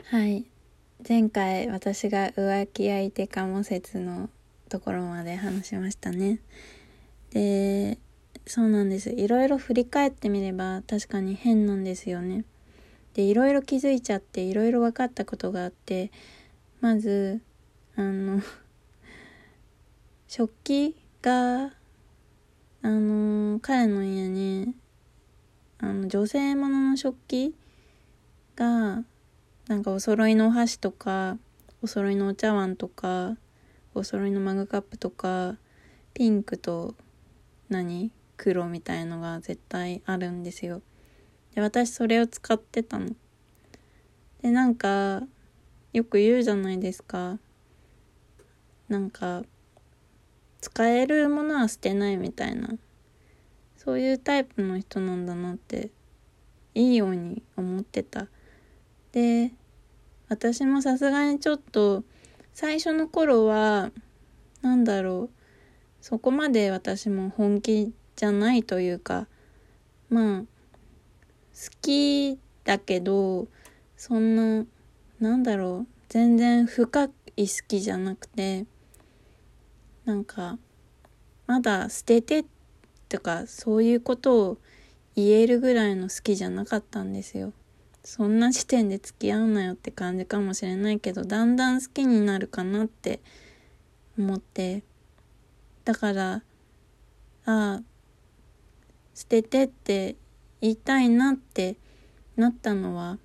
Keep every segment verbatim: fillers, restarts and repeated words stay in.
はい、前回私が浮気相手かも説のところまで話しましたね。で、そうなんです。いろいろ振り返ってみれば確かに変なんですよね。で、いろいろ気づいちゃっていろいろ分かったことがあって、まずあの食器があの彼の家にあの女性ものの食器がなんかお揃いのお箸とかお揃いのお茶碗とかお揃いのマグカップとかピンクと何黒みたいのが絶対あるんですよ。で、私それを使ってたの。で、なんかよく言うじゃないですか。なんか使えるものは捨てないみたいな、そういうタイプの人なんだなっていいように思ってた。で、私もさすがにちょっと最初の頃はなんだろうそこまで私も本気じゃないというか、まあ好きだけどそんななんだろう全然深い好きじゃなくて、なんかまだ捨ててとかそういうことを言えるぐらいの好きじゃなかったんですよ。そんな時点で付き合うなよって感じかもしれないけど、だんだん好きになるかなって思って、だからああ捨ててって言いたいなってなったのは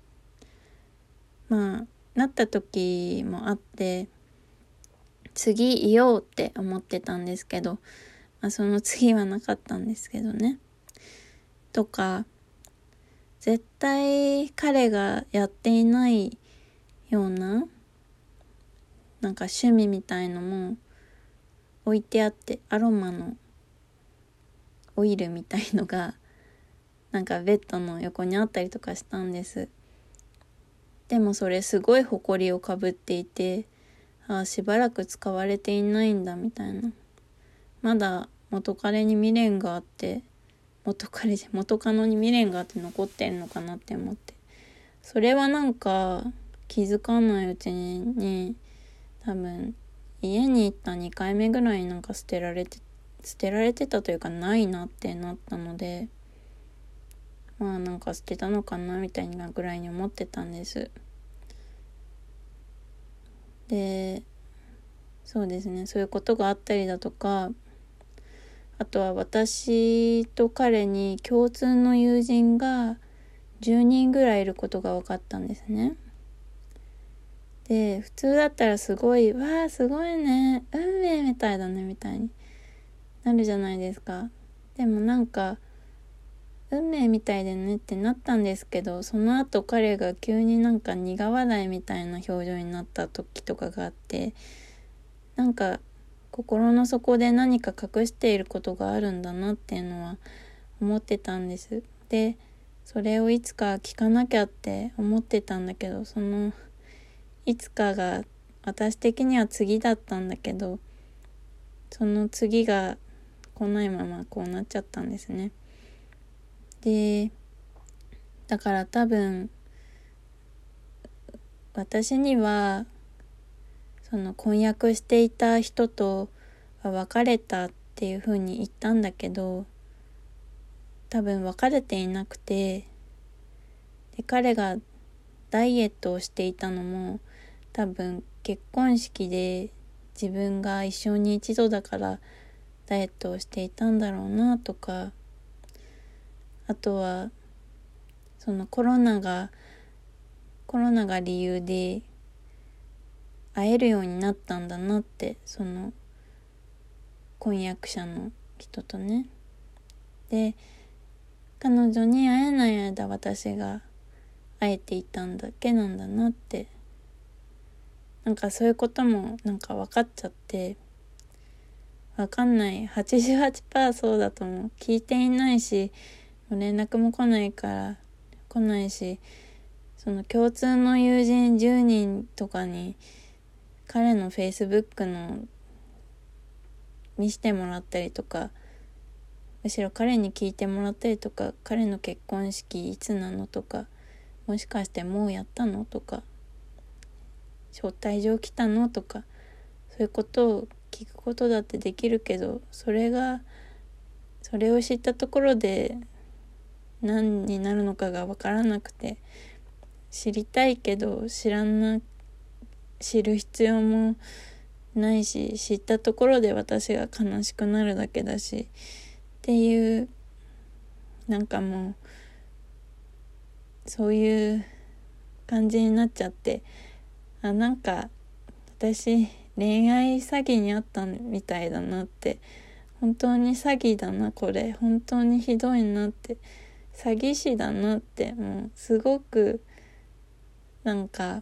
まあなった時もあって、次言おうって思ってたんですけど、まあ、その次はなかったんですけどね。とか絶対彼がやっていないようななんか趣味みたいのも置いてあって、アロマのオイルみたいのがなんかベッドの横にあったりとかしたんです。でもそれすごい埃をかぶっていて、ああしばらく使われていないんだみたいな、まだ元彼に未練があって元彼じゃ元カノに未練があって残ってんのかなって思って、それはなんか気づかないうちに多分家に行ったにかいめぐらいなんか捨てられて捨てられてたというかないなってなったので、まあなんか捨てたのかなみたいなぐらいに思ってたんです。で、そうですね、そういうことがあったりだとか、あとは私と彼に共通の友人がじゅうにんぐらいいることが分かったんですね。で、普通だったらすごいわあすごいね運命みたいだねみたいになるじゃないですか。でもなんか運命みたいでねってなったんですけど、その後彼が急になんか苦笑いみたいな表情になった時とかがあって、なんか心の底で何か隠していることがあるんだなっていうのは思ってたんです。で、それをいつか聞かなきゃって思ってたんだけど、そのいつかが私的には次だったんだけど、その次が来ないままこうなっちゃったんですね。で、だから多分私にはその婚約していた人とは別れたっていう風に言ったんだけど、多分別れていなくて、で彼がダイエットをしていたのも多分結婚式で自分が一生に一度だからダイエットをしていたんだろうなとか、あとはそのコロナがコロナが理由で会えるようになったんだなって、その婚約者の人とね。で、彼女に会えない間私が会えていたんだけなんだなって、なんかそういうこともなんか分かっちゃって、分かんない はちじゅうはちパーセント そうだと思う。聞いていないし連絡も来ないから来ないし、その共通の友人じゅうにんとかに彼のフェイスブックの見せてもらったりとか、むしろ彼に聞いてもらったりとか、彼の結婚式いつなのとか、もしかしてもうやったのとか、 招待状来たのとか、そういうことを聞くことだってできるけど、それがそれを知ったところで何になるのかが分からなくて、知りたいけど知らな知る必要もないし、知ったところで私が悲しくなるだけだしっていう、なんかもうそういう感じになっちゃって、あ、なんか私恋愛詐欺にあったみたいだなって、本当に詐欺だな、これ本当にひどいなって、詐欺師だなって、もうすごくなんか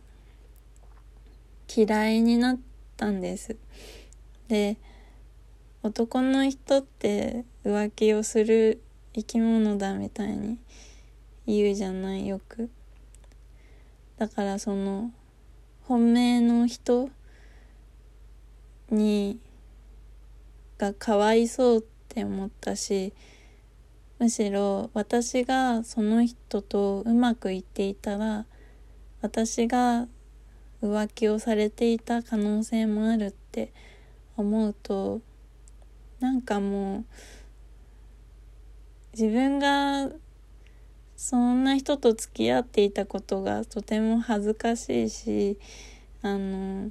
嫌いになったんです。で、男の人って浮気をする生き物だみたいに言うじゃない、よく。だからその本命の人にがかわいそうって思ったし、むしろ私がその人とうまくいっていたら、私が浮気をされていた可能性もあるって思うと、なんかもう自分がそんな人と付き合っていたことがとても恥ずかしいし、あの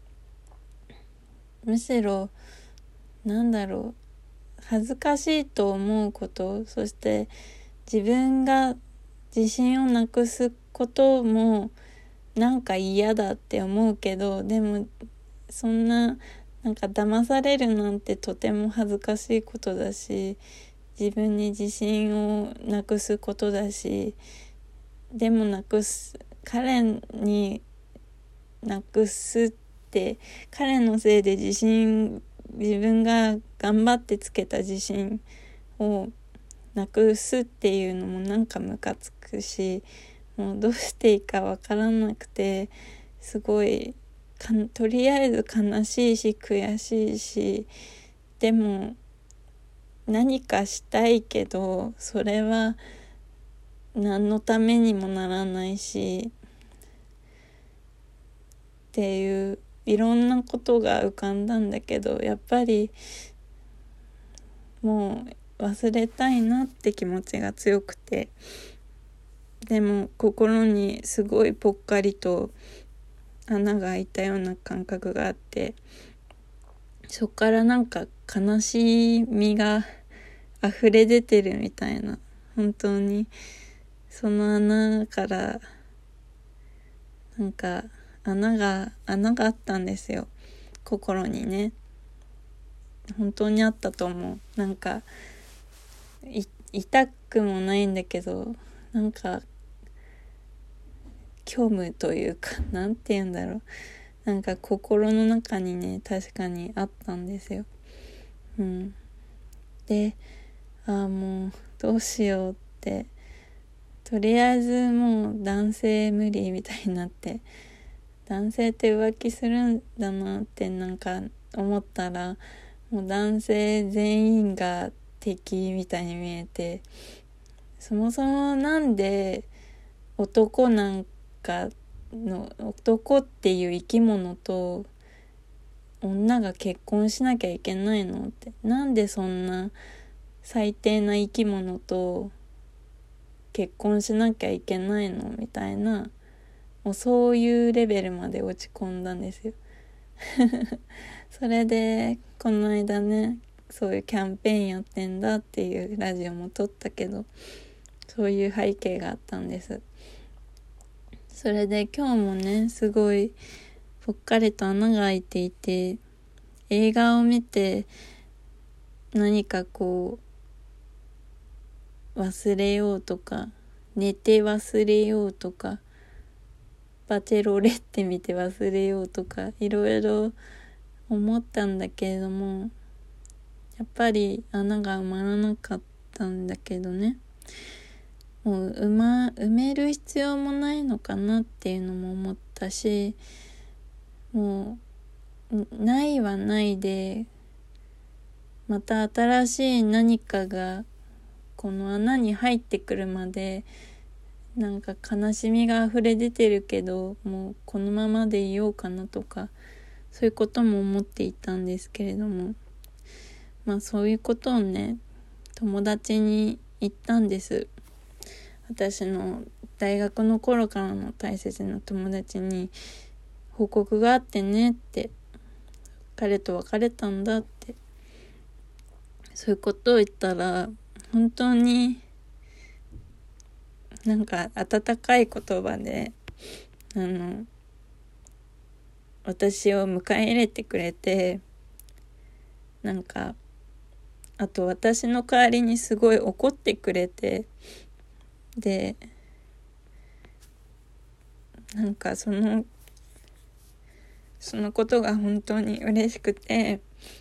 むしろなんだろう、恥ずかしいと思うこと、そして自分が自信をなくすこともなんか嫌だって思うけど、でもそんななんか騙されるなんてとても恥ずかしいことだし、自分に自信をなくすことだし、でもなくす彼になくすって彼のせいで自信、自分が頑張ってつけた自信をなくすっていうのもなんかムカつくし、もうどうしていいかわからなくて、すごいかとりあえず悲しいし悔しいし、でも何かしたいけどそれは何のためにもならないしっていういろんなことが浮かんだんだけど、やっぱりもう忘れたいなって気持ちが強くて、でも心にすごいぽっかりと穴が開いたような感覚があって、そっからなんか悲しみが溢れ出てるみたいな、本当にその穴からなんか穴が穴があったんですよ、心にね。本当にあったと思う。なんかい痛くもないんだけど、なんか虚無というか、なんて言うんだろう、なんか心の中にね、確かにあったんですよ。うん。で、ああもうどうしようって、とりあえずもう男性無理みたいになって、男性って浮気するんだなってなんか思ったら、もう男性全員が敵みたいに見えて、そもそもなんで男なんかの男っていう生き物と女が結婚しなきゃいけないのって、なんでそんな最低な生き物と結婚しなきゃいけないのみたいな、もうそういうレベルまで落ち込んだんですよそれでこの間ね、そういうキャンペーンやってんだっていうラジオも撮ったけど、そういう背景があったんです。それで今日もね、すごいぽっかりと穴が開いていて、映画を見て何かこう忘れようとか、寝て忘れようとか、バチェロレッテ見て忘れようとか、いろいろ思ったんだけれども、やっぱり穴が埋まらなかったんだけどね、もう埋、ま、埋める必要もないのかなっていうのも思ったし、もうないはないで、また新しい何かがこの穴に入ってくるまでなんか悲しみが溢れ出てるけど、もうこのままでいようかなとか、そういうことも思っていたんですけれども、まあそういうことをね、友達に言ったんです。私の大学の頃からの大切な友達に報告があってねって、彼と別れたんだって、そういうことを言ったら、本当になんか温かい言葉で、あの、私を迎え入れてくれて、なんか、あと私の代わりにすごい怒ってくれて、で、なんかその、そのことが本当に嬉しくて、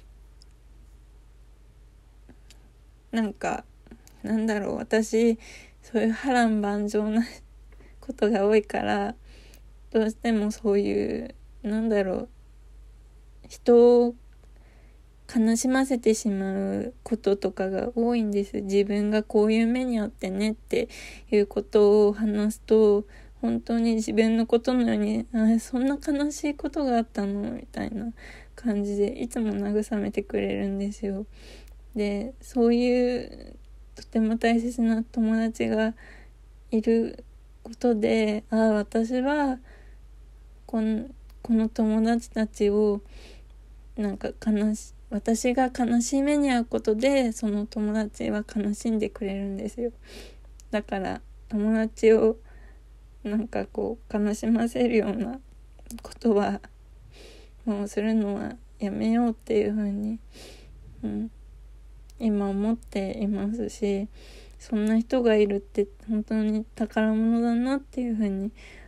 なんか、なんだろう、私、そういう波乱万丈なことが多いから、どうしてもそういう、なんだろう、人を悲しませてしまうこととかが多いんです。自分がこういう目にあってねっていうことを話すと、本当に自分のことのように、あ、そんな悲しいことがあったのみたいな感じでいつも慰めてくれるんですよ。で、そういうとても大切な友達がいることで、あ、私はこの、この友達たちをなんか悲し私が悲しい目に遭うことで、その友達は悲しんでくれるんですよ。だから友達をなんかこう悲しませるようなことはもうするのはやめようっていうふうに、うん、今思っていますし、そんな人がいるって本当に宝物だなっていうふうに